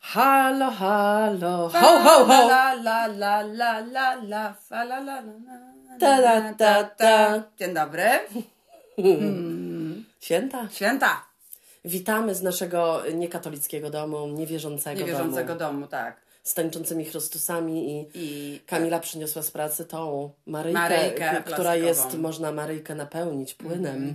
Halo, halo, ho, ho, ho. La, la, la, la, la, la, fa, la, la, Ta, ta, ta. Dzień dobry. Święta. Święta. Witamy z naszego niekatolickiego domu, niewierzącego domu, tak. Z tańczącymi Chrystusami i Kamila przyniosła z pracy tą Maryjkę, która jest, można Maryjkę napełnić płynem.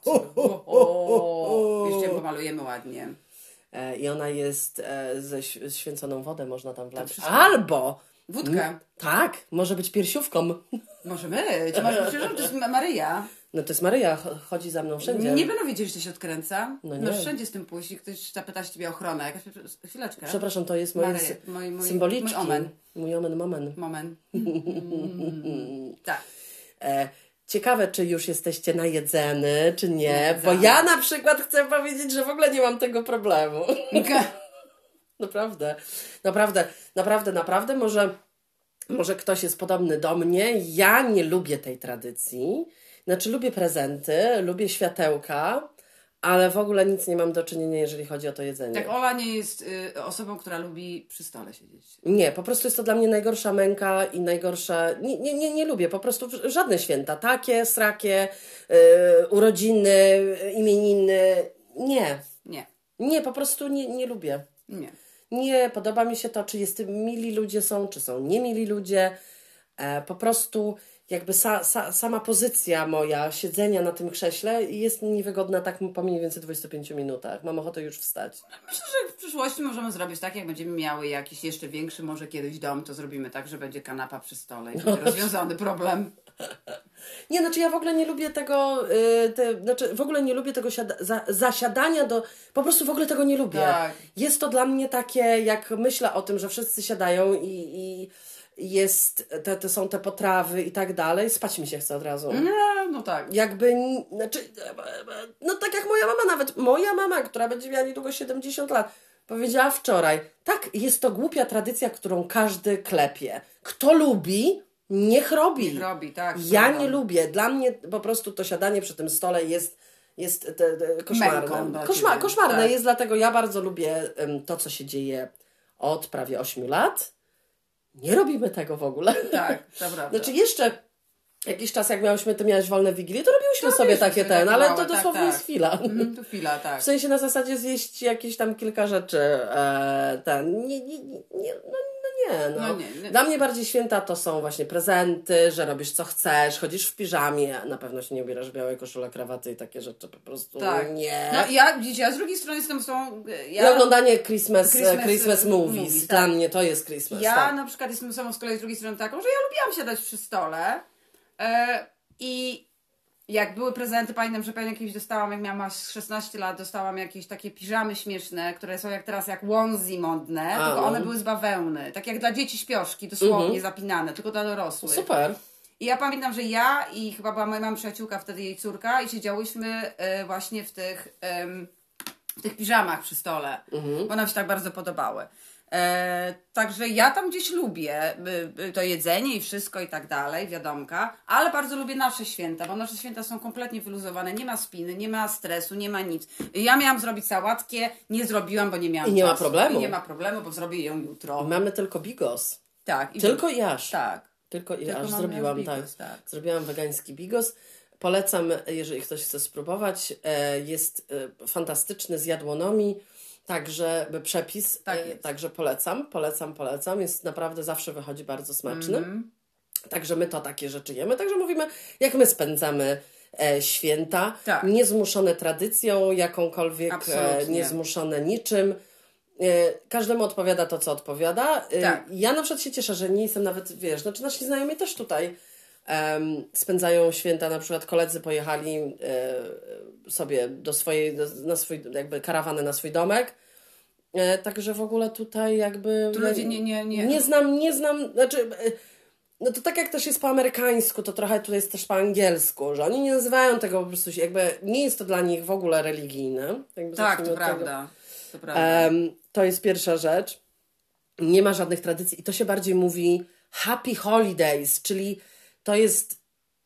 Jeszcze pomalujemy ładnie. I ona jest ze święconą wodę, można tam wlać. Albo wódkę. Tak, może być piersiówką. Może być. To jest Maryja. No to jest Maryja, chodzi za mną wszędzie. Nie będą wiedzieć, że się odkręca. No nie. Możesz wszędzie z tym pójść i ktoś zapyta ciebie o ochronę. Jakaś chwileczkę. Przepraszam, to jest moje symboliczki. Mój omen. Moment. Tak. Ciekawe, czy już jesteście najedzeni, czy nie. Bo ja na przykład chcę powiedzieć, że w ogóle nie mam tego problemu. Naprawdę. Może ktoś jest podobny do mnie. Ja nie lubię tej tradycji. Znaczy lubię prezenty, lubię światełka, ale w ogóle nic nie mam do czynienia, jeżeli chodzi o to jedzenie. Tak, Ola nie jest osobą, która lubi przy stole siedzieć. Nie, po prostu jest to dla mnie najgorsza męka i najgorsza... Nie lubię, po prostu żadne święta. Takie, srakie, urodziny, imieniny. Nie, po prostu nie lubię. Nie, podoba mi się to, czy mili ludzie są, czy są niemili ludzie. Po prostu jakby sama pozycja moja, siedzenia na tym krześle jest niewygodna tak po mniej więcej 25 minutach. Mam ochotę już wstać. Myślę, że w przyszłości możemy zrobić tak, jak będziemy miały jakiś jeszcze większy, może kiedyś dom, to zrobimy tak, że będzie kanapa przy stole i będzie rozwiązany problem. Nie, znaczy ja w ogóle nie lubię tego, w ogóle nie lubię tego zasiadania po prostu w ogóle tego nie lubię. Tak. Jest to dla mnie takie, jak myślę o tym, że wszyscy siadają i jest, są te potrawy i tak dalej, spać mi się chce od razu. No tak. Jakby, tak jak moja mama, która będzie miała niedługo 70 lat, powiedziała wczoraj, tak, jest to głupia tradycja, którą każdy klepie. Kto lubi, niech robi. Niech robi, tak. Ja nie lubię. Dla mnie po prostu to siadanie przy tym stole jest koszmarne. Koszmarne tak. jest, dlatego ja bardzo lubię to, co się dzieje od prawie 8 lat. Nie robimy tego w ogóle. Tak, to prawda. Znaczy jeszcze jakiś czas, jak ty miałaś wolne wigilie, to robiliśmy sobie takie ale to dosłownie jest chwila. To chwila, tak. W sensie na zasadzie zjeść jakieś tam kilka rzeczy. Nie. Dla mnie bardziej święta to są właśnie prezenty, że robisz co chcesz, chodzisz w piżamie, na pewno się nie ubierasz białej koszule, krawaty i takie rzeczy, po prostu nie. No ja z drugiej strony jestem I oglądanie Christmas movies. Dla mnie to jest Christmas. Ja na przykład jestem z kolei z drugiej strony taką, że ja lubiłam siadać przy stole i jak były prezenty, pamiętam, że jakieś dostałam, jak miałam 16 lat, dostałam jakieś takie piżamy śmieszne, które są jak teraz jak onesie modne, tylko one były z bawełny. Tak jak dla dzieci śpioszki, dosłownie zapinane, tylko dla dorosłych. Super. I ja pamiętam, że ja i chyba była moja mama przyjaciółka, wtedy jej córka i siedziałyśmy właśnie w tych piżamach przy stole, bo nam się tak bardzo podobały. Także ja tam gdzieś lubię to jedzenie i wszystko i tak dalej, wiadomka, ale bardzo lubię nasze święta, bo nasze święta są kompletnie wyluzowane, nie ma spiny, nie ma stresu, nie ma nic. Ja miałam zrobić sałatkę, nie zrobiłam, bo nie miałam czasu. Nie ma problemu. I nie ma problemu, bo zrobię ją jutro. Mamy tylko bigos. Tak. Tylko i aż. Tak. Tylko i aż zrobiłam, bigos, tak. Zrobiłam wegański bigos. Polecam, jeżeli ktoś chce spróbować. Jest fantastyczny z jadłonomii. Także przepis, także polecam. Jest naprawdę, zawsze wychodzi bardzo smaczny. Także my to takie rzeczy jemy. Także mówimy, jak my spędzamy święta. Tak. Niezmuszone tradycją jakąkolwiek, niezmuszone niczym. Każdemu odpowiada to, co odpowiada. Tak. Ja na przykład się cieszę, że nie jestem nawet, nasi znajomi też tutaj spędzają święta, na przykład koledzy pojechali sobie na swój jakby karawanę na swój domek, także w ogóle tutaj jakby tu ludzie nie znam, znaczy no to tak jak też jest po amerykańsku, to trochę tutaj jest też po angielsku, że oni nie nazywają tego po prostu jakby, nie jest to dla nich w ogóle religijne. Tak, to prawda. To jest pierwsza rzecz. Nie ma żadnych tradycji i to się bardziej mówi Happy Holidays, czyli to jest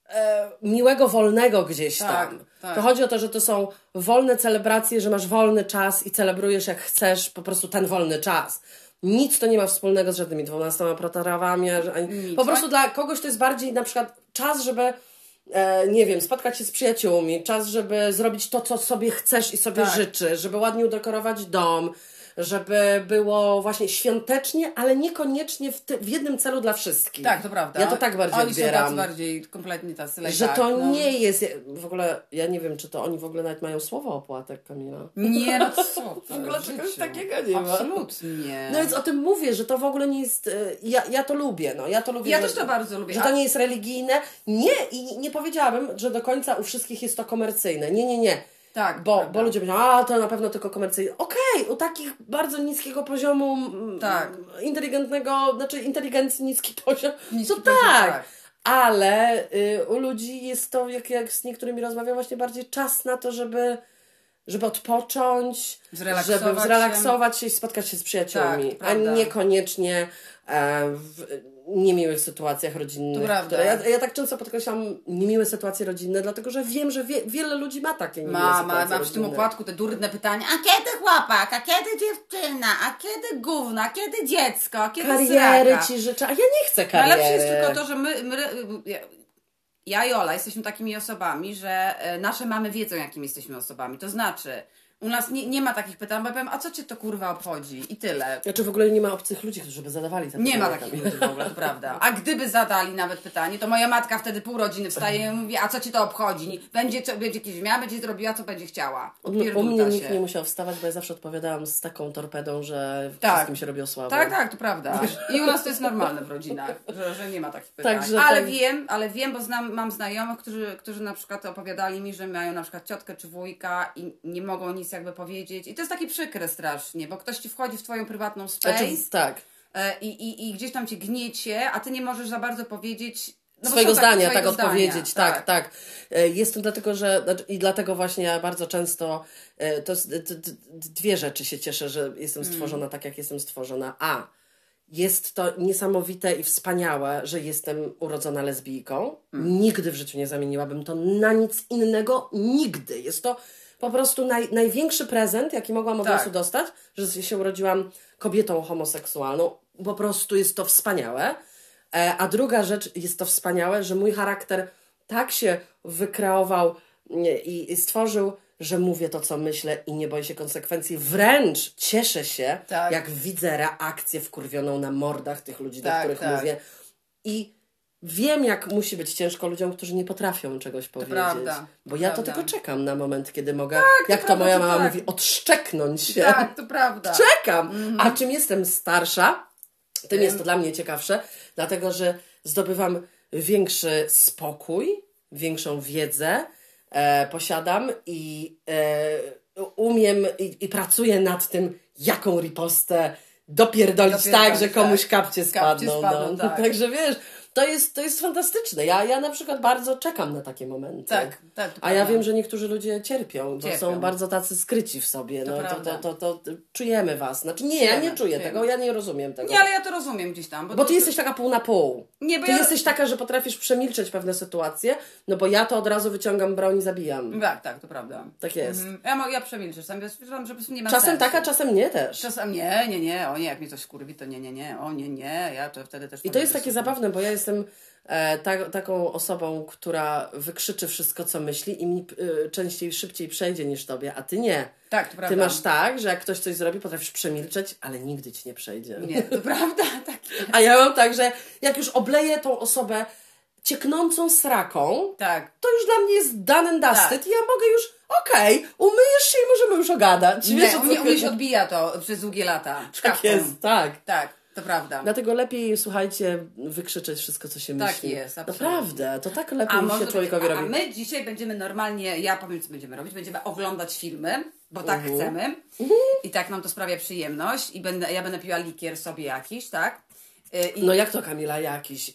miłego, wolnego gdzieś tam. Tak. To chodzi o to, że to są wolne celebracje, że masz wolny czas i celebrujesz jak chcesz po prostu ten wolny czas. Nic to nie ma wspólnego z żadnymi 12 protrawami. Po prostu dla kogoś to jest bardziej na przykład czas, żeby nie wiem, spotkać się z przyjaciółmi, czas, żeby zrobić to, co sobie chcesz i sobie życzysz, żeby ładnie udekorować dom, żeby było właśnie świątecznie, ale niekoniecznie w jednym celu dla wszystkich. Tak, to prawda. Ja to tak bardziej odbieram. Oni są tacy bardziej, kompletnie tacy że to nie jest, w ogóle, ja nie wiem, czy to oni w ogóle nawet mają słowo opłatek, Kamila. Nie, no co? W ogóle czegoś takiego nie ma. Absolutnie. No więc o tym mówię, że to w ogóle nie jest, ja to lubię, no. Ja to lubię. Ja też to bardzo lubię. Że to nie jest religijne. Nie, i nie powiedziałabym, że do końca u wszystkich jest to komercyjne. Nie. Tak, bo ludzie mówią, to na pewno tylko komercyjne. Okej, u takich bardzo niskiego poziomu inteligentnego, znaczy inteligencji niski poziom, tak. Ale u ludzi jest to, jak z niektórymi rozmawiam, właśnie bardziej czas na to, żeby odpocząć, żeby zrelaksować się i spotkać się z przyjaciółmi, a niekoniecznie w niemiłych sytuacjach rodzinnych. Ja tak często podkreślam niemiłe sytuacje rodzinne, dlatego że wiem, że wiele ludzi ma takie niemiłe sytuacje Ma przy tym okładku te durne pytania, a kiedy chłopak, a kiedy dziewczyna, a kiedy gówno, a kiedy dziecko, a kiedy kariery sraka. Ci życzę, a ja nie chcę kariery. Najlepsze jest tylko to, że ja i Ola jesteśmy takimi osobami, że nasze mamy wiedzą, jakimi jesteśmy osobami. To znaczy, u nas nie ma takich pytań, bo ja powiem, a co Cię to kurwa obchodzi? I tyle. Znaczy w ogóle nie ma obcych ludzi, którzy by zadawali te pytania. Nie ma takich ludzi w ogóle, to prawda. A gdyby zadali nawet pytanie, to moja matka wtedy pół rodziny wstaje i mówi, a co Ci to obchodzi? Będzie jakieś zmiana, będzie zrobiła, co będzie chciała. U mnie nikt nie musiał wstawać, bo ja zawsze odpowiadałam z taką torpedą, że wszystkim się robiło słabo. Tak, to prawda. I u nas to jest normalne w rodzinach, że nie ma takich pytań. Także ale wiem, bo mam znajomych, którzy na przykład opowiadali mi, że mają na przykład ciotkę czy wujka i nie mogą nic jakby powiedzieć. I to jest takie przykre strasznie, bo ktoś Ci wchodzi w Twoją prywatną space i gdzieś tam Cię gniecie, a Ty nie możesz za bardzo powiedzieć swojego zdania, odpowiedzieć. Tak. Jest to dlatego, że i dlatego właśnie ja bardzo często to jest dwie rzeczy się cieszę, że jestem stworzona tak, jak jestem stworzona. Jest to niesamowite i wspaniałe, że jestem urodzona lesbijką. Nigdy w życiu nie zamieniłabym to na nic innego. Nigdy. Jest to po prostu największy prezent, jaki mogłam od losu dostać, że się urodziłam kobietą homoseksualną. Po prostu jest to wspaniałe. A druga rzecz, jest to wspaniałe, że mój charakter tak się wykreował i stworzył, że mówię to, co myślę i nie boję się konsekwencji. Wręcz cieszę się, jak widzę reakcję wkurwioną na mordach tych ludzi, do których mówię. I wiem, jak musi być ciężko ludziom, którzy nie potrafią czegoś powiedzieć. Bo ja to tylko czekam na moment, kiedy mogę, jak to moja mama mówi, odszczeknąć się. Tak, to prawda. Czekam! A czym jestem starsza, tym jest to dla mnie ciekawsze, dlatego, że zdobywam większy spokój, większą wiedzę, posiadam i umiem i pracuję nad tym, jaką ripostę dopierdolić tak, że komuś kapcie spadną. Także wiesz, to jest fantastyczne. Ja na przykład bardzo czekam na takie momenty. Tak, a ja wiem, że niektórzy ludzie cierpią, bo są bardzo tacy skryci w sobie. To czujemy was. Znaczy ja nie czuję tego, ja nie rozumiem tego. Nie, ale ja to rozumiem gdzieś tam. Bo ty jesteś taka pół na pół. Ty jesteś taka, że potrafisz przemilczeć pewne sytuacje, no bo ja to od razu wyciągam broń i zabijam. Tak, to prawda. Tak jest. Ja przemilczę. Że nie ma czasem sensu. tak, a czasem nie też. Czasem nie. O nie, jak mi coś skurwi, to nie. O nie. Ja to wtedy też... I to jest takie zabawne, bo ja jestem taką osobą, która wykrzyczy wszystko, co myśli i mi szybciej przejdzie niż tobie, a ty nie. Tak, to prawda. Ty masz tak, że jak ktoś coś zrobi, potrafisz przemilczeć, ale nigdy ci nie przejdzie. Nie, to prawda. Tak jest. A ja mam tak, że jak już obleję tą osobę cieknącą sraką, to już dla mnie jest done and dusted i ja mogę już, umyjesz się i możemy już ogadać. U mnie się odbija to przez długie lata. Tak jest, tak. To prawda. Dlatego lepiej, słuchajcie, wykrzyczeć wszystko, co się myśli. Tak jest, absolutnie. Naprawdę, to tak lepiej się człowiekowi robi. A my dzisiaj będziemy normalnie, ja powiem, co będziemy robić, będziemy oglądać filmy, bo tak chcemy i tak nam to sprawia przyjemność i ja będę piła likier sobie jakiś, tak? No jak to, Kamila, jakiś?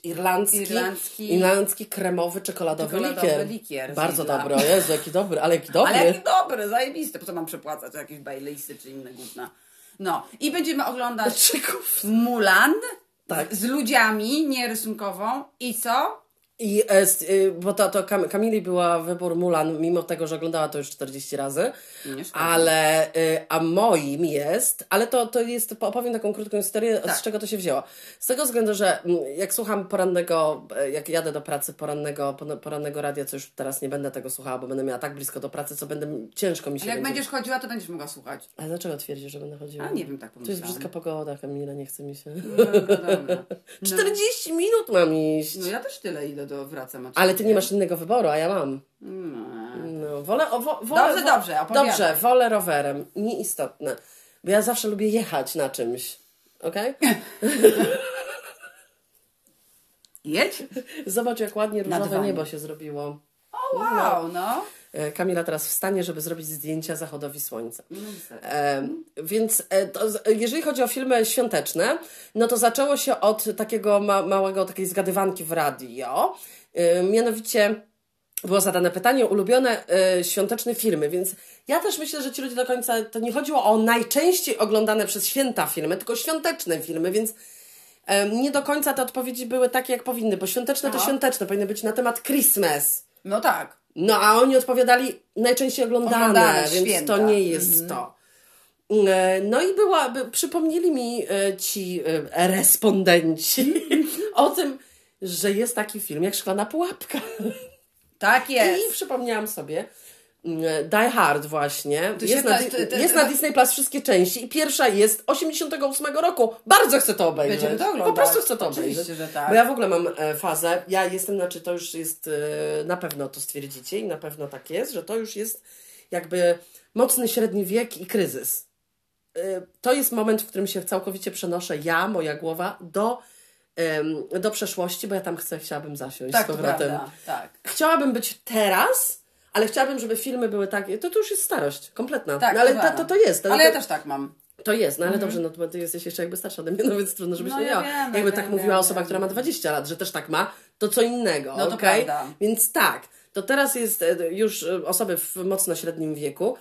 Irlandzki kremowy, czekoladowy likier. Bardzo dobry, Jezu, jaki dobry, ale jaki dobry. Ale jaki dobry, zajebisty, po co mam przepłacać jakieś Baileysy czy inne gówna. No i będziemy oglądać Mulan z ludziami, nie rysunkową i co? Bo to Kamili była wybór Mulan, mimo tego, że oglądała to już 40 razy, a moim jest, ale to jest, opowiem taką krótką historię, tak. Z czego to się wzięło. Z tego względu, że jak słucham jak jadę do pracy porannego radia, co już teraz nie będę tego słuchała, bo będę miała tak blisko do pracy, co ciężko mi się jak będziesz chodziła, to będziesz mogła słuchać. Ale dlaczego twierdzisz, że będę chodziła? A nie wiem, tak pomyślałam. To jest brzydka pogoda, Kamila, nie chce mi się. Dobra. 40 minut mam iść. No ja też tyle idę wracam. Ale ty nie masz innego wyboru, a ja mam. No, wolę dobrze, opowiadaj. Dobrze, wolę rowerem. Nieistotne. Bo ja zawsze lubię jechać na czymś. Okej? Jedź? Zobacz, jak ładnie różowe niebo się zrobiło. O, wow, no. Kamila teraz wstanie, żeby zrobić zdjęcia zachodowi słońca. Więc jeżeli chodzi o filmy świąteczne, no to zaczęło się od takiego takiej zgadywanki w radio. Mianowicie było zadane pytanie o ulubione świąteczne filmy, więc ja też myślę, że ci ludzie do końca, to nie chodziło o najczęściej oglądane przez święta filmy, tylko świąteczne filmy, więc nie do końca te odpowiedzi były takie, jak powinny, bo świąteczne to świąteczne, powinny być na temat Christmas. No tak. No a oni odpowiadali najczęściej oglądane, więc święta. To nie jest to. No i przypomnieli mi ci respondenci o tym, że jest taki film jak Szklana pułapka. Tak jest. I przypomniałam sobie Die Hard właśnie. Jest na Disney Plus wszystkie części i pierwsza jest 88 roku. Bardzo chcę to obejrzeć. Będziemy to oglądać. Po prostu chcę to obejrzeć. Że tak. Bo ja w ogóle mam fazę. Ja jestem, to już jest, na pewno to stwierdzicie i na pewno tak jest, że to już jest jakby mocny średni wiek i kryzys. To jest moment, w którym się całkowicie przenoszę moja głowa do przeszłości, bo ja tam chciałabym zasiąść z powrotem. Tak. Chciałabym być teraz, ale chciałabym, żeby filmy były takie, to już jest starość, kompletna. Tak, no, ale to jest. Ale ja też tak mam. To jest, no ale dobrze, no to ty jesteś jeszcze jakby starsza ode mnie, no więc trudno, żebyś nie miała. Jakby tak mówiła osoba, która ma 20 lat, że też tak ma, to co innego, no to prawda. Więc tak, to teraz jest już osoby w mocno średnim wieku,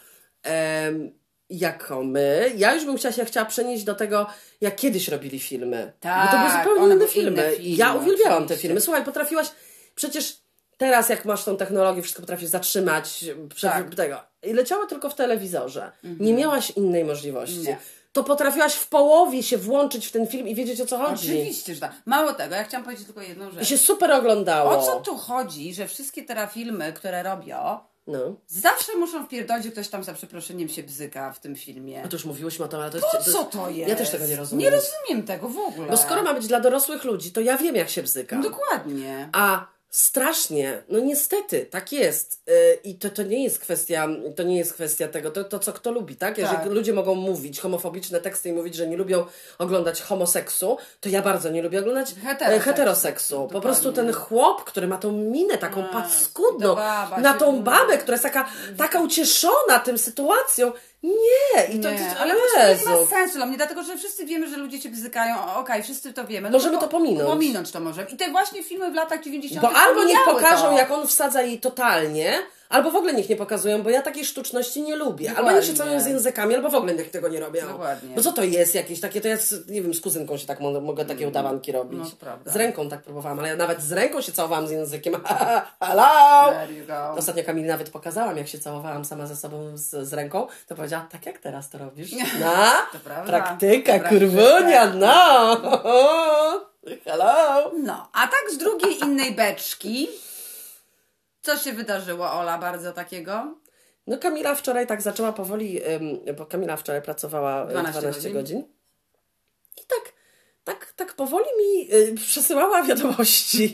jako my. Ja już bym chciała przenieść do tego, jak kiedyś robili filmy. Tak, bo to były zupełnie inne filmy. Ja uwielbiałam te filmy. Słuchaj, potrafiłaś, przecież teraz jak masz tą technologię, wszystko potrafisz zatrzymać tego. I leciało tylko w telewizorze. Nie miałaś innej możliwości. Nie. To potrafiłaś w połowie się włączyć w ten film i wiedzieć, o co chodzi. Oczywiście, że tak. Mało tego, ja chciałam powiedzieć tylko jedną rzecz. I się super oglądało. O co tu chodzi, że wszystkie te filmy, które robią, zawsze muszą wpierdolić, że ktoś tam za przeproszeniem się bzyka w tym filmie. A to już mówiłyśmy o tym, ale to jest... Co to jest? Ja też tego nie rozumiem. Nie rozumiem tego w ogóle. Bo skoro ma być dla dorosłych ludzi, to ja wiem, jak się bzyka. No, dokładnie. A strasznie, no niestety, tak jest. I to nie jest kwestia tego, to co kto lubi, tak? Jeżeli ludzie mogą mówić homofobiczne teksty i mówić, że nie lubią oglądać homoseksu, to ja bardzo nie lubię oglądać heteroseksu. Po prostu ten chłop, który ma tą minę taką paskudną, na tą babę, która jest taka ucieszona tym sytuacją. Nie! Ale to nie ma sensu dla mnie, dlatego że wszyscy wiemy, że ludzie się bzykają. Okej, wszyscy to wiemy. Możemy to pominąć. Pominąć to możemy. I te właśnie filmy w latach 90. Bo albo niech pokażą, jak on wsadza jej totalnie, albo w ogóle niech nie pokazują, bo ja takiej sztuczności nie lubię. Dokładnie. Albo niech się całują z językami, albo w ogóle niech tego nie robią. Dokładnie. Bo co to jest jakieś takie, to ja nie wiem, z kuzynką się tak mogę takie udawanki robić. No, prawda. Z ręką tak próbowałam, ale ja nawet z ręką się całowałam z językiem. Hello! There you go. Ostatnio Kamili nawet pokazałam, jak się całowałam sama ze sobą z ręką, to powiedziała, tak jak teraz to robisz. No, praktyka, kurwunia, no. Hello! No, a tak z drugiej innej beczki, co się wydarzyło, Ola, bardzo takiego? No Kamila wczoraj tak zaczęła powoli, bo Kamila wczoraj pracowała 12 godzin. I tak powoli mi przesyłała wiadomości.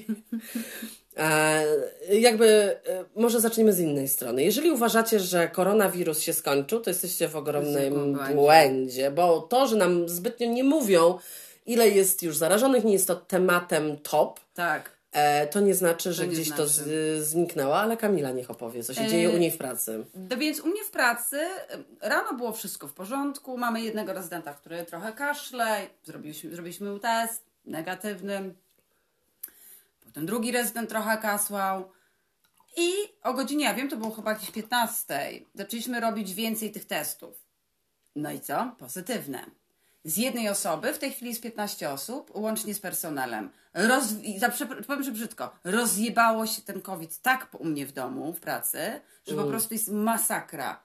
Może zaczniemy z innej strony. Jeżeli uważacie, że koronawirus się skończył, to jesteście w ogromnym błędzie, bo to, że nam zbytnio nie mówią, ile jest już zarażonych, nie jest to tematem top. Tak. To nie znaczy, że gdzieś to zniknęło, ale Kamila niech opowie, co się dzieje u niej w pracy. Więc u mnie w pracy rano było wszystko w porządku. Mamy jednego rezydenta, który trochę kaszle. Zrobiliśmy mu test negatywny. Potem drugi rezydent trochę kasłał. I o godzinie, ja wiem, to było chyba jakieś 15, zaczęliśmy robić więcej tych testów. No i co? Pozytywne. z jednej osoby, w tej chwili jest 15 osób, łącznie z personelem. Powiem, że brzydko, rozjebało się ten COVID tak u mnie w domu, w pracy, że po prostu jest masakra.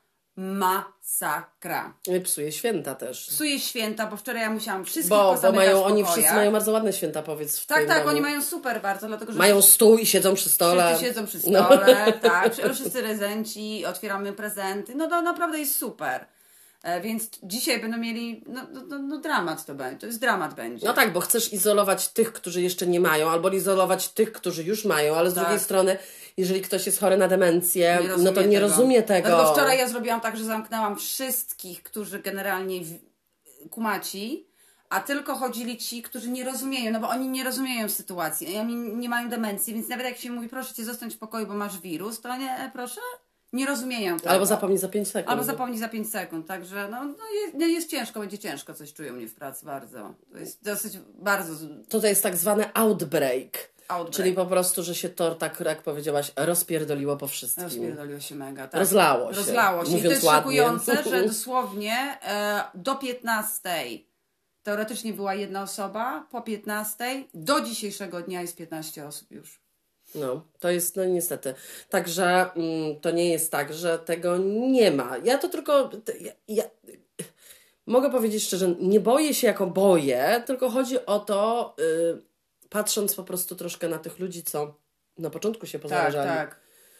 Masakra. I psuje święta też. Psuje święta, bo wczoraj ja musiałam wszystkich bo mają, oni wszyscy mają bardzo ładne święta, powiedz. W tak, domu. oni mają super bardzo, dlatego że... Mają stół i siedzą przy stole. Wszyscy siedzą przy stole, tak. Wszyscy rezenci, otwieramy prezenty. No naprawdę jest super. Więc dzisiaj będą mieli, dramat to będzie, to jest dramat będzie. No tak, bo chcesz izolować tych, którzy jeszcze nie mają, albo izolować tych, którzy już mają, ale z drugiej strony, jeżeli ktoś jest chory na demencję, no to nie rozumie tego. Dlatego wczoraj ja zrobiłam tak, że zamknęłam wszystkich, którzy generalnie kumaci, a tylko chodzili ci, którzy nie rozumieją, no bo oni nie rozumieją sytuacji, oni nie mają demencji, więc nawet jak się mówi, proszę cię zostać w pokoju, bo masz wirus, to nie, proszę? Nie rozumieją tego. Albo zapomnij za 5 sekund. Albo zapomnij za 5 sekund, także jest ciężko, będzie ciężko, coś czują mnie w pracy bardzo. To jest dosyć, bardzo... To jest tak zwany outbreak. Czyli po prostu, że się to, tak jak powiedziałaś, rozpierdoliło po wszystkim. Rozpierdoliło się mega, tak. Rozlało się. I to jest szokujące, że dosłownie do 15 teoretycznie była jedna osoba, po 15 do dzisiejszego dnia jest 15 osób już. No, to jest, no niestety. Także to nie jest tak, że tego nie ma. Ja to tylko... Ja mogę powiedzieć szczerze, nie boję się jako boję, tylko chodzi o to, patrząc po prostu troszkę na tych ludzi, co na początku się pozarażali. Tak.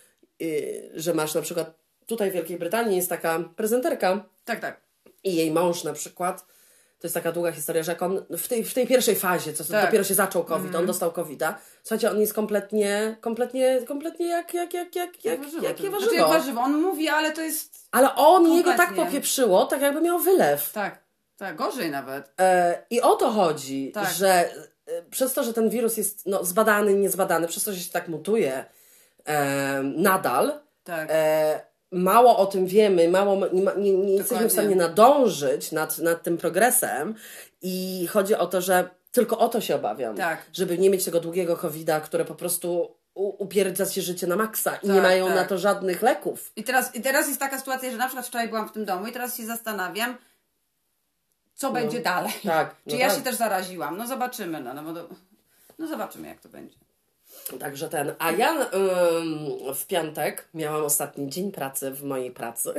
Że masz na przykład tutaj w Wielkiej Brytanii jest taka prezenterka. Tak. I jej mąż na przykład. To jest taka długa historia, że jak on w tej pierwszej fazie, co dopiero się zaczął COVID, on dostał COVID-a. Słuchajcie, on jest kompletnie jak warzywo. Znaczy jak warzywo. On mówi, ale to jest... Ale jego tak popieprzyło, tak jakby miał wylew. Tak, gorzej nawet. I o to chodzi, że przez to, że ten wirus jest zbadany, niezbadany, przez to, że się tak mutuje nadal, mało o tym wiemy, nie jesteśmy w stanie nadążyć nad tym progresem i chodzi o to, że tylko o to się obawiam, żeby nie mieć tego długiego COVID-a, które po prostu upierdza się życie na maksa i nie mają na to żadnych leków. I teraz jest taka sytuacja, że na przykład wczoraj byłam w tym domu i teraz się zastanawiam, co będzie dalej. Czy ja się też zaraziłam? No zobaczymy. Zobaczymy, jak to będzie. Także a ja w piątek miałam ostatni dzień pracy w mojej pracy.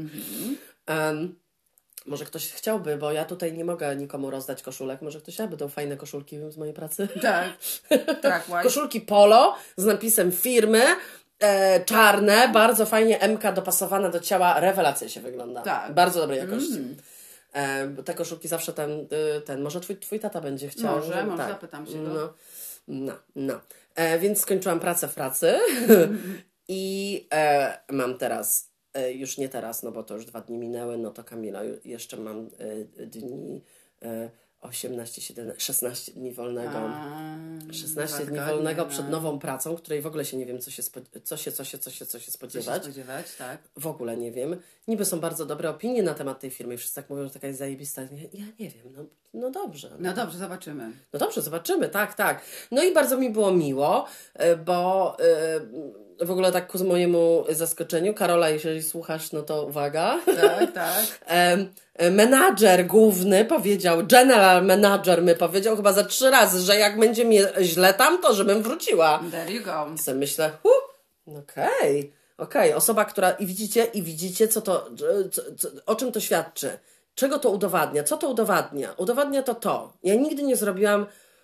Może ktoś chciałby, bo ja tutaj nie mogę nikomu rozdać koszulek. Może ktoś chciałby tą fajne koszulki z mojej pracy? Tak. Koszulki polo z napisem firmy, czarne, bardzo fajnie, MK dopasowana do ciała, rewelacja się wygląda. Bardzo dobrej jakości. Bo te koszulki zawsze może twój tata będzie chciał. Może zapytam się go. No. Więc skończyłam pracę w pracy i mam teraz, już nie teraz, no bo to już 2 dni minęły, no to Kamila, jeszcze mam dni 18, 17, 16 dni wolnego. 16 dni wolnego przed nową pracą, której w ogóle się nie wiem, co się spodziewać. Tak. W ogóle nie wiem. Niby są bardzo dobre opinie na temat tej firmy. Wszyscy tak mówią, że taka jest zajebista. Ja nie wiem. No dobrze. No dobrze, zobaczymy. No dobrze, zobaczymy. Tak. No i bardzo mi było miło, bo w ogóle tak ku mojemu zaskoczeniu, Karola, jeżeli słuchasz, no to uwaga. Tak. Menadżer główny powiedział, general manager mi powiedział chyba za 3 razy, że jak będzie mi źle tam, to żebym wróciła. There you go. I sobie myślę, okej. Osoba, która i widzicie, co to, o czym to świadczy. Czego to udowadnia? Co to udowadnia? Udowadnia to. Ja nigdy nie zrobiłam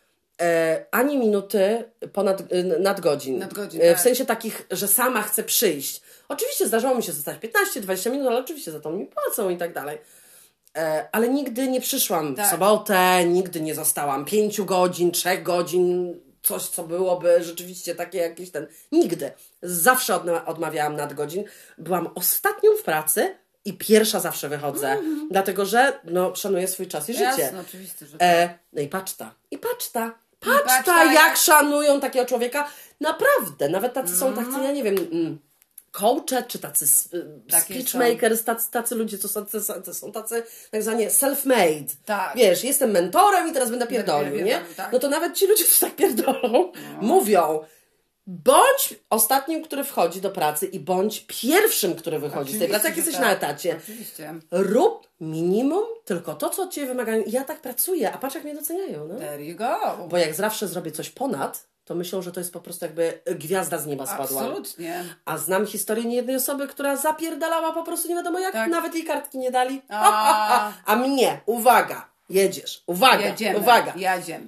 ani minuty nadgodzin. W sensie takich, że sama chcę przyjść. Oczywiście zdarzało mi się zostać 15-20 minut, ale oczywiście za to mi płacą i tak dalej. Ale nigdy nie przyszłam w sobotę, nigdy nie zostałam 5 godzin, 3 godzin, coś, co byłoby rzeczywiście takie jakieś Nigdy. Zawsze odmawiałam nadgodzin. Byłam ostatnią w pracy i pierwsza zawsze wychodzę. Dlatego, że szanuję swój czas i życie. Jasne, oczywiście, że tak. No i paczta, jak szanują takiego człowieka. Naprawdę. Nawet tacy są tacy, ja nie wiem, coache, czy tacy speechmakers, tacy ludzie, co są tacy tak zwane self-made. Tak. Wiesz, jestem mentorem i teraz będę pierdolił, nie? Tak. No to nawet ci ludzie, co tak pierdolą, mówią, bądź ostatnim, który wchodzi do pracy i bądź pierwszym, który wychodzi z tej pracy, jak jesteś na etacie. Oczywiście. Rób minimum tylko to, co od Ciebie wymagają. Ja tak pracuję, a patrz jak mnie doceniają. No? There you go. Bo jak zawsze zrobię coś ponad, to myślą, że to jest po prostu jakby gwiazda z nieba spadła. Absolutnie. A znam historię niejednej osoby, która zapierdalała po prostu nie wiadomo jak, tak. nawet jej kartki nie dali. A mnie, uwaga, jedziesz, uwaga, Jedziemy. uwaga. Jedziemy.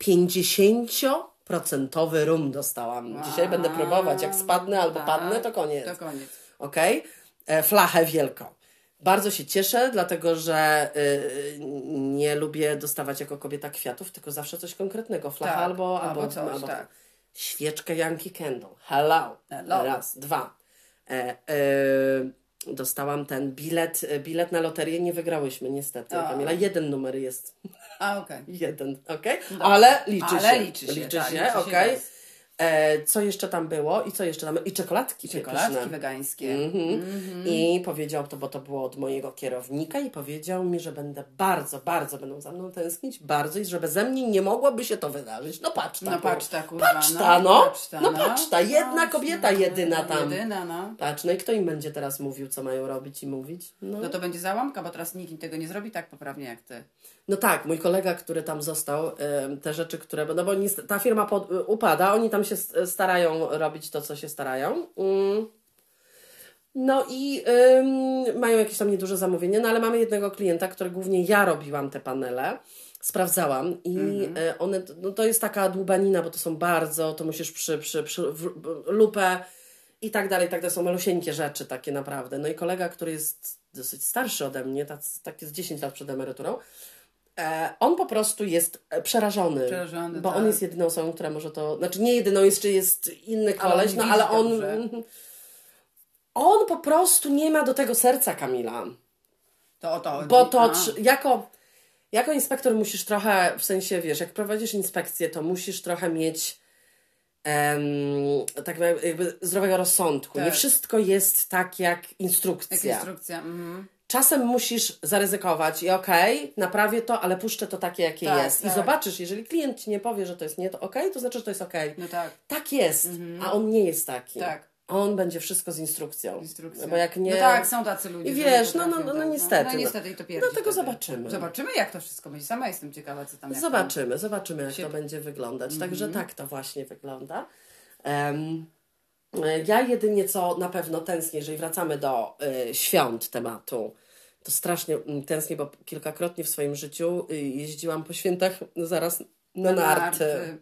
50% rum dostałam. Dzisiaj będę próbować, jak spadnę albo padnę, to koniec. To koniec. Okej? Flachę wielką. Bardzo się cieszę, dlatego że nie lubię dostawać jako kobieta kwiatów, tylko zawsze coś konkretnego. Flacha albo coś, tak. Świeczkę Yankee Candle. Hello. Raz, dwa. Dostałam ten bilet na loterię. Nie wygrałyśmy niestety. Kamila, 1 numer jest. Okej. 1, okej? Ale liczy się. Liczy się, okej? Co jeszcze tam było? I co jeszcze tam? I czekoladki wegańskie. I powiedział to, bo to było od mojego kierownika i powiedział mi, że bardzo będą za mną tęsknić, bardzo i że beze mnie nie mogłoby się to wydarzyć. No patrz ta. Patrz ta. Jedna kobieta jedyna tam. Patrz, no i kto im będzie teraz mówił, co mają robić i mówić? No to będzie załamka, bo teraz nikt tego nie zrobi tak poprawnie jak ty. No tak, mój kolega, który tam został, te rzeczy, które... No bo ta firma upada, oni tam się starają robić to, co się starają. No i mają jakieś tam nieduże zamówienie, no ale mamy jednego klienta, który głównie ja robiłam te panele, sprawdzałam i one, no to jest taka dłubanina, bo to są to musisz lupę i tak dalej, są malusieńkie rzeczy takie naprawdę. No i kolega, który jest dosyć starszy ode mnie, tak jest 10 lat przed emeryturą, on po prostu jest przerażony bo tak. On jest jedyną osobą, która może to... Znaczy nie jedyną, jeszcze jest inny koleś, ale on po prostu nie ma do tego serca, Kamila. To o to chodzi. Bo to jako inspektor musisz trochę, w sensie, wiesz, jak prowadzisz inspekcję, to musisz trochę mieć tak jakby zdrowego rozsądku. Tak. Nie wszystko jest tak jak instrukcja. Czasem musisz zaryzykować i naprawię to, ale puszczę to takie, jakie jest. I zobaczysz, jeżeli klient Ci nie powie, że to jest nie to to znaczy, że to jest No tak. Tak jest, a on nie jest taki. Tak. On będzie wszystko z instrukcją. Bo jak nie... No tak, są tacy ludzie. I wiesz, no niestety. No niestety i to pierwszy. Dlatego zobaczymy. Zobaczymy, jak to wszystko będzie. Sama jestem ciekawa, co tam... Zobaczymy, jak to będzie wyglądać. Także tak to właśnie wygląda. Ja jedynie co na pewno tęsknię, jeżeli wracamy do świąt tematu, to strasznie tęsknię, bo kilkakrotnie w swoim życiu jeździłam po świętach zaraz na narty.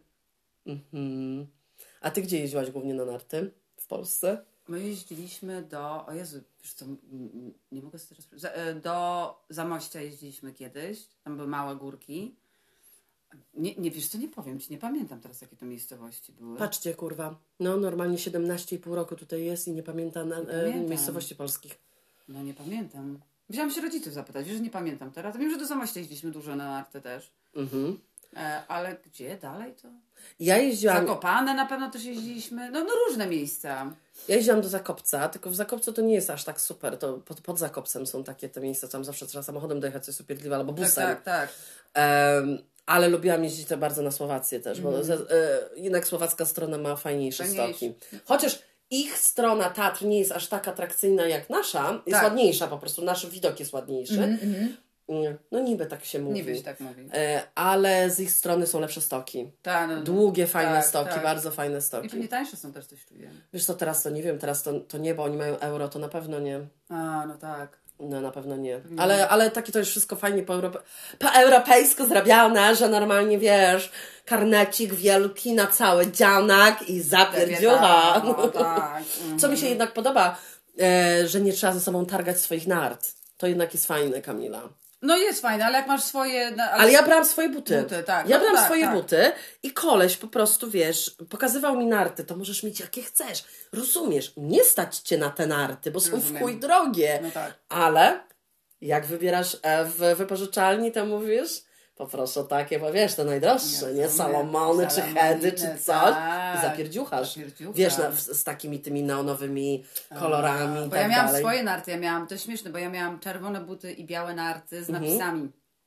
A Ty gdzie jeździłaś głównie na narty w Polsce? My jeździliśmy do... O Jezu, wiesz co, nie mogę sobie teraz... Do Zamościa jeździliśmy kiedyś. Tam były małe górki. Nie wiesz co, nie powiem Ci, nie pamiętam teraz, jakie to miejscowości były. Patrzcie, kurwa. No normalnie 17,5 roku tutaj jest i nie pamiętam miejscowości polskich. No nie pamiętam. Musiałam się rodziców zapytać, wiesz, że nie pamiętam teraz. Wiem, że do Zamościa jeździliśmy dużo na narty też. Ale gdzie dalej to? Ja jeździłam... Zakopane na pewno też jeździliśmy. No różne miejsca. Ja jeździłam do Zakopca, tylko w Zakopcu to nie jest aż tak super. To pod Zakopcem są takie te miejsca, tam zawsze trzeba samochodem dojechać, co jest upierdliwe, albo busem. Tak. Ale lubiłam jeździć to bardzo na Słowację też, bo jednak słowacka strona ma fajniejsze stoki. Chociaż ich strona Tatr nie jest aż tak atrakcyjna jak nasza, jest ładniejsza po prostu, nasz widok jest ładniejszy. No niby tak się mówi. Niby się tak mówi. Ale z ich strony są lepsze stoki. Długie, fajne stoki, bardzo fajne stoki. I pewnie tańsze są też, coś czuję. Wiesz co, teraz to nie wiem, teraz to nie, bo oni mają euro, to na pewno nie. No tak. No na pewno nie. Ale takie to już wszystko fajnie po europejsku zrobione, że normalnie wiesz, karnecik wielki na cały dzianak i zapierdziucha. Tak. Co mi się jednak podoba, że nie trzeba ze sobą targać swoich nart. To jednak jest fajne, Kamila. No jest fajne, ale jak masz swoje... Ale ja brałam swoje buty. Tak. Ja brałam swoje buty i koleś po prostu, wiesz, pokazywał mi narty, to możesz mieć jakie chcesz. Rozumiesz, nie stać Cię na te narty, bo są w chuj drogie. No tak. Ale jak wybierasz w wypożyczalni, to mówisz, poproszę takie, bo wiesz, te najdroższe, nie? Salomony, czy Hedy, czy coś. Tak. I zapierdziuchasz. Wiesz, z takimi tymi neonowymi kolorami bo ja miałam swoje narty, to jest śmieszne, bo ja miałam czerwone buty i białe narty z napisami.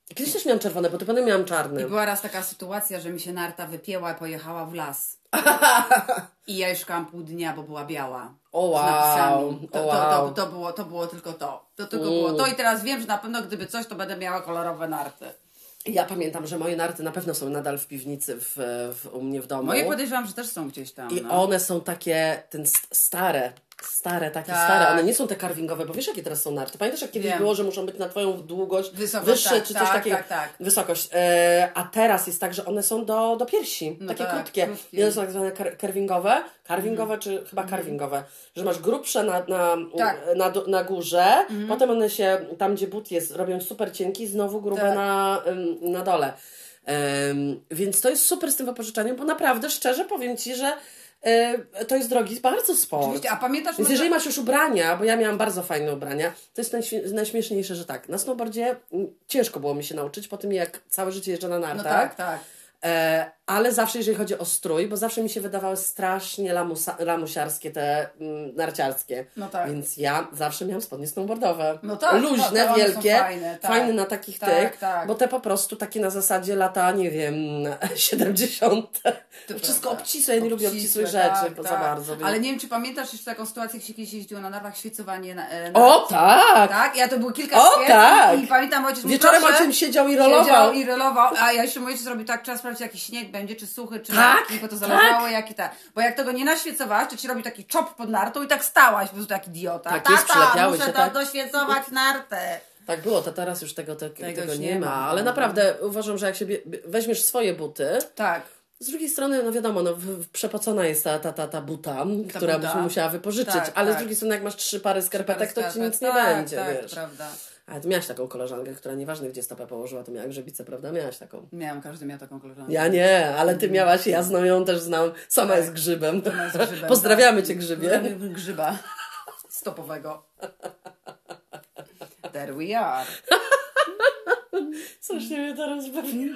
Kiedyś też miałam czerwone buty, potem miałam czarne. I była raz taka sytuacja, że mi się narta wypięła i pojechała w las. I ja już szukałam pół dnia, bo była biała. O wow. Z napisami. To było tylko to. To tylko było to i teraz wiem, że na pewno gdyby coś, to będę miała kolorowe narty. Ja pamiętam, że moje narty na pewno są nadal w piwnicy u mnie w domu. Moje podejrzewam, że też są gdzieś tam. I one są takie, stare, stare. One nie są te carvingowe, bo wiesz, jakie teraz są narty. Pamiętasz, jak kiedyś było, że muszą być na twoją długość wyższe, czy coś takiego? Tak. Wysokość. A teraz jest tak, że one są do piersi. Takie krótkie. One są tak zwane carvingowe, czy chyba carvingowe. Że masz grubsze na górze, potem one się, tam gdzie but jest, robią super cienki, znowu grube na dole. Więc to jest super z tym wypożyczaniem, bo naprawdę, szczerze powiem Ci, że to jest drogi bardzo sport. Oczywiście, a pamiętasz... Więc jeżeli masz już ubrania, bo ja miałam bardzo fajne ubrania, to jest najśmieszniejsze, że tak, na snowboardzie ciężko było mi się nauczyć po tym, jak całe życie jeżdżę na nartach. Tak. Ale zawsze, jeżeli chodzi o strój, bo zawsze mi się wydawały strasznie lamusiarskie te narciarskie. Więc ja zawsze miałam spodnie snowboardowe. Luźne, wielkie, fajne na takich bo te po prostu takie na zasadzie lata, nie wiem, 70. To wszystko obcisłe, ja nie lubię obcisłych rzeczy za bardzo. Więc... Ale nie wiem, czy pamiętasz jeszcze taką sytuację, jak się kiedyś jeździło na narwach, świecowanie tak! Ja to było kilka świec i pamiętam, ojciec wieczorem ojciec siedział i rolował. A ja jeszcze mój ojciec zrobił tak, trzeba sprawdzić, jaki śnieg będzie, czy suchy, czy lekki, bo to zależało jaki Bo jak tego nie naświecowałaś, to ci robi taki czop pod nartą i tak stałaś, po prostu jak idiota. Muszę doświecować nartę. Tak było, to teraz już tego nie ma. Ale naprawdę uważam, że jak się weźmiesz swoje buty... Tak. Z drugiej strony, no wiadomo, przepocona jest ta buta, która byś musiała wypożyczyć, ale z drugiej strony, jak masz 3 pary skarpetek, to ci nic nie będzie, wiesz. Prawda. Ale ty miałaś taką koleżankę, która nieważne gdzie stopę położyła, to miała grzebicę, prawda? Miałaś taką. Każdy miał taką koleżankę. Ja nie, ale ty miałaś, ja ją też znam. Sama jest grzybem. Pozdrawiamy cię, grzybie. Pozdrawiamy grzyba stopowego. There we are. Strasznie mnie to rozbawi.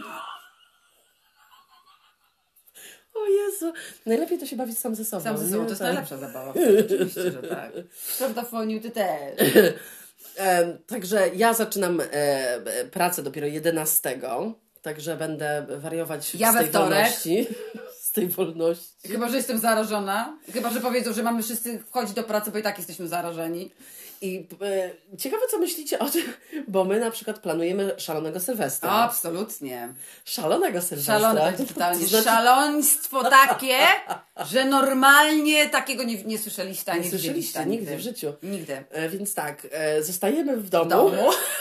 O Jezu. Najlepiej to się bawić sam ze sobą. Sam ze sobą, to jest najlepsza zabawa. Oczywiście, że tak. Prawda, Foniu, ty też. Także ja zaczynam pracę dopiero 11. Także będę wariować z tej wolności. Z tej wolności. Chyba, że jestem zarażona. Chyba, że powiedzą, że mamy wszyscy wchodzić do pracy, bo i tak jesteśmy zarażeni. I ciekawe, co myślicie o tym, bo my na przykład planujemy szalonego Sylwestra. Absolutnie. Szalonego Sylwestra. Szalone, totalnie. To znaczy... Szaloństwo takie, że normalnie takiego nie słyszeliście, nie widzieliście nigdy w życiu. Nigdy. Więc tak, zostajemy w domu.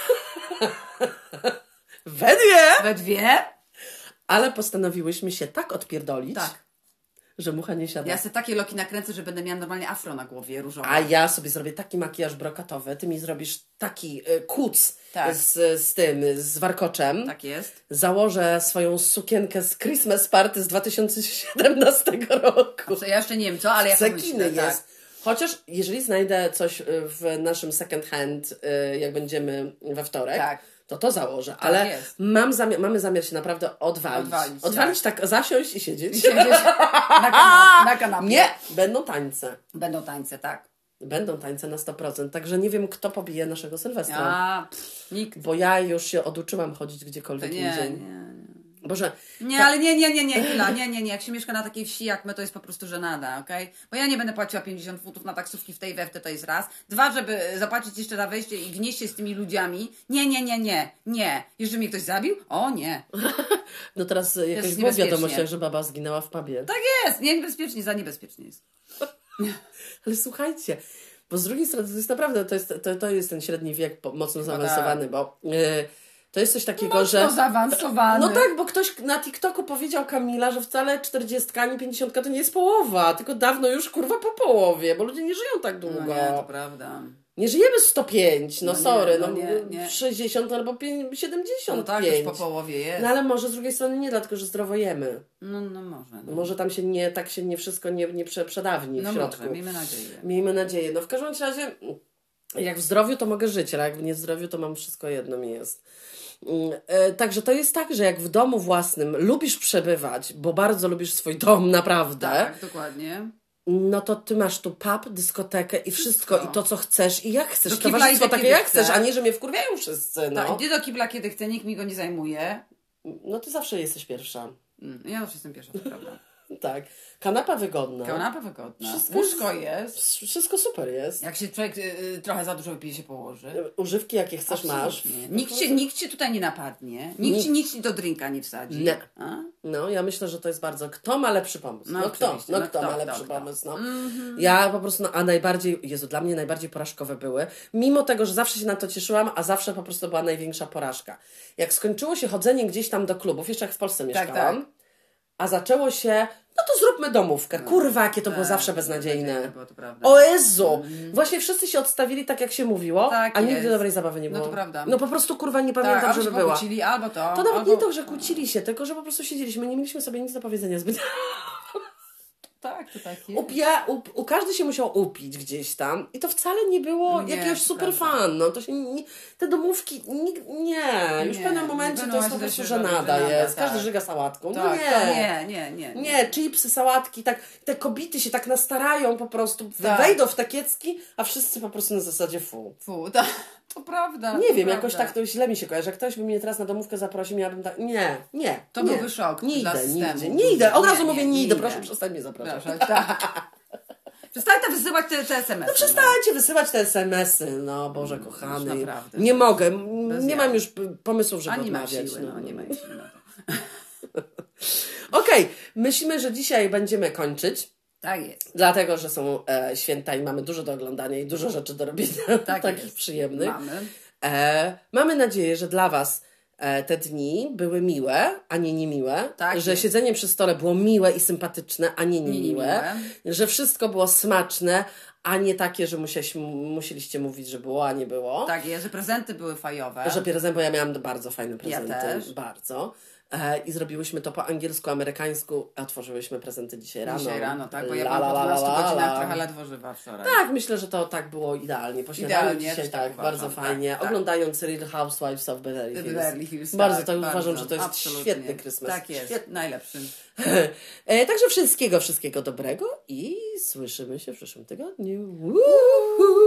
We dwie. Ale postanowiłyśmy się tak odpierdolić. Że mucha nie siada. Ja sobie takie loki nakręcę, że będę miała normalnie afro na głowie różowe. A ja sobie zrobię taki makijaż brokatowy, ty mi zrobisz taki kuc z warkoczem. Tak jest. Założę swoją sukienkę z Christmas Party z 2017 roku. Ja jeszcze nie wiem co, ale ja pomyślę. Jest. Tak. Chociaż jeżeli znajdę coś w naszym second hand, jak będziemy we wtorek, to założę, ale mamy zamiar się naprawdę odwalić, tak zasiąść i siedzieć. Na kanapie. Nie, będą tańce. Będą tańce, tak. Będą tańce na 100%, także nie wiem, kto pobije naszego Sylwestra. Nikt. Bo ja już się oduczyłam chodzić gdziekolwiek indziej. Boże. Ale nie. Jak się mieszka na takiej wsi jak my, to jest po prostu żenada, okej? Bo ja nie będę płaciła 50 funtów na taksówki w tej weftę, to jest raz. 2, żeby zapłacić jeszcze za wejście i gnieść się z tymi ludziami. Nie. Jeżeli mnie ktoś zabił? O nie. No teraz jakaś była wiadomość, że baba zginęła w pubie. Tak jest, niebezpiecznie, za niebezpiecznie jest. Ale słuchajcie, bo z drugiej strony to jest naprawdę, to jest ten średni wiek mocno zaawansowany, bo... To jest coś takiego, że... zaawansowany. No tak, bo ktoś na TikToku powiedział, Kamila, że wcale 40 ani 50 to nie jest połowa, tylko dawno już kurwa po połowie, bo ludzie nie żyją tak długo. No nie, to prawda. Nie żyjemy 105, sorry, nie. 60 albo 70. No tak, już po połowie jest. No ale może z drugiej strony nie, dlatego że zdrowo jemy. No może. No. Może tam się nie wszystko nie przedawni w środku. Może, miejmy nadzieję. No w każdym razie, jak w zdrowiu to mogę żyć, ale jak w niezdrowiu to mam wszystko jedno mi jest. Także to jest tak, że jak w domu własnym lubisz przebywać, bo bardzo lubisz swój dom, naprawdę. Tak, dokładnie. no to ty masz tu pub, dyskotekę i wszystko. I to, co chcesz i jak chcesz. Do Towarzystwo takie, jak chcesz, a nie, że mnie wkurwiają wszyscy. No. Tak, idę do kibla, kiedy chcę, nikt mi go nie zajmuje. No ty zawsze jesteś pierwsza. Ja zawsze jestem pierwsza, to prawda. Tak. Kanapa wygodna. Łóżko jest. Wszystko super jest. Jak się człowiek trochę za dużo wypije, się położy. Używki jakie chcesz masz. Nikt cię tutaj nie napadnie. Nikt ci do drinka nie wsadzi. Nie. No, ja myślę, że to jest bardzo... Kto ma lepszy pomysł? Kto ma lepszy pomysł? No. Ja po prostu... a najbardziej... Jezu, dla mnie najbardziej porażkowe były. Mimo tego, że zawsze się na to cieszyłam, a zawsze po prostu była największa porażka. Jak skończyło się chodzenie gdzieś tam do klubów, jeszcze jak w Polsce mieszkałam, a zaczęło się, no to zróbmy domówkę. Kurwa, jakie to było zawsze beznadziejne. O Jezu! Właśnie wszyscy się odstawili tak, jak się mówiło, a nigdy dobrej zabawy nie było. No to prawda. No po prostu, kurwa, nie pamiętam, żeby była. Kłócili, albo to. To nawet nie to, że kłócili się, tylko, że po prostu siedzieliśmy, nie mieliśmy sobie nic do powiedzenia zbyt. Tak, to tak jest. Każdy się musiał upić gdzieś tam i to wcale nie było jakiegoś super fan. No, to się te domówki, już w pewnym momencie to jest po prostu żenada jest. Każdy żyga sałatką. No nie, chipsy, sałatki, tak, te kobiety się tak nastarają po prostu, wejdą w te kiecki, a wszyscy po prostu na zasadzie tak. To prawda. Nie wiem, jakoś tak to źle mi się kojarzy. Jak ktoś by mnie teraz na domówkę zaprosił, miałabym tak, nie. To byłby szok. Nie dla idę, systemu. nie idę. Od razu mówię, nie idę. Proszę, przestań mnie zapraszać. Przestańcie wysyłać te SMS-y. No przestańcie wysyłać te SMS-y. No Boże kochany. Naprawdę. Nie mogę. Nie mam już pomysłów, żeby odmawiać. Nie ma siły. Okej, myślimy, że dzisiaj będziemy kończyć. Tak jest. Dlatego, że są święta i mamy dużo do oglądania i dużo rzeczy do robienia takich przyjemnych. Mamy nadzieję, że dla Was te dni były miłe, a nie niemiłe. Że siedzenie przy stole było miłe i sympatyczne, a nie niemiłe. Że wszystko było smaczne, a nie takie, że musieliście mówić, że było, a nie było. Tak jest, że prezenty były fajowe. Bo ja miałam bardzo fajne prezenty. Ja też. Bardzo. I zrobiłyśmy to po angielsku, amerykańsku. Otworzyłyśmy prezenty dzisiaj rano. Tak, bo ja byłam po 12 godzinach trochę ledwo żywa wczoraj. Tak, myślę, że to tak było idealnie. Posiadamy dzisiaj tak bardzo fajnie. Tak. Oglądając Real Housewives of Beverly Hills. Bardzo uważam, że to jest świetny Christmas. Tak jest, najlepszy. Także wszystkiego dobrego i słyszymy się w przyszłym tygodniu.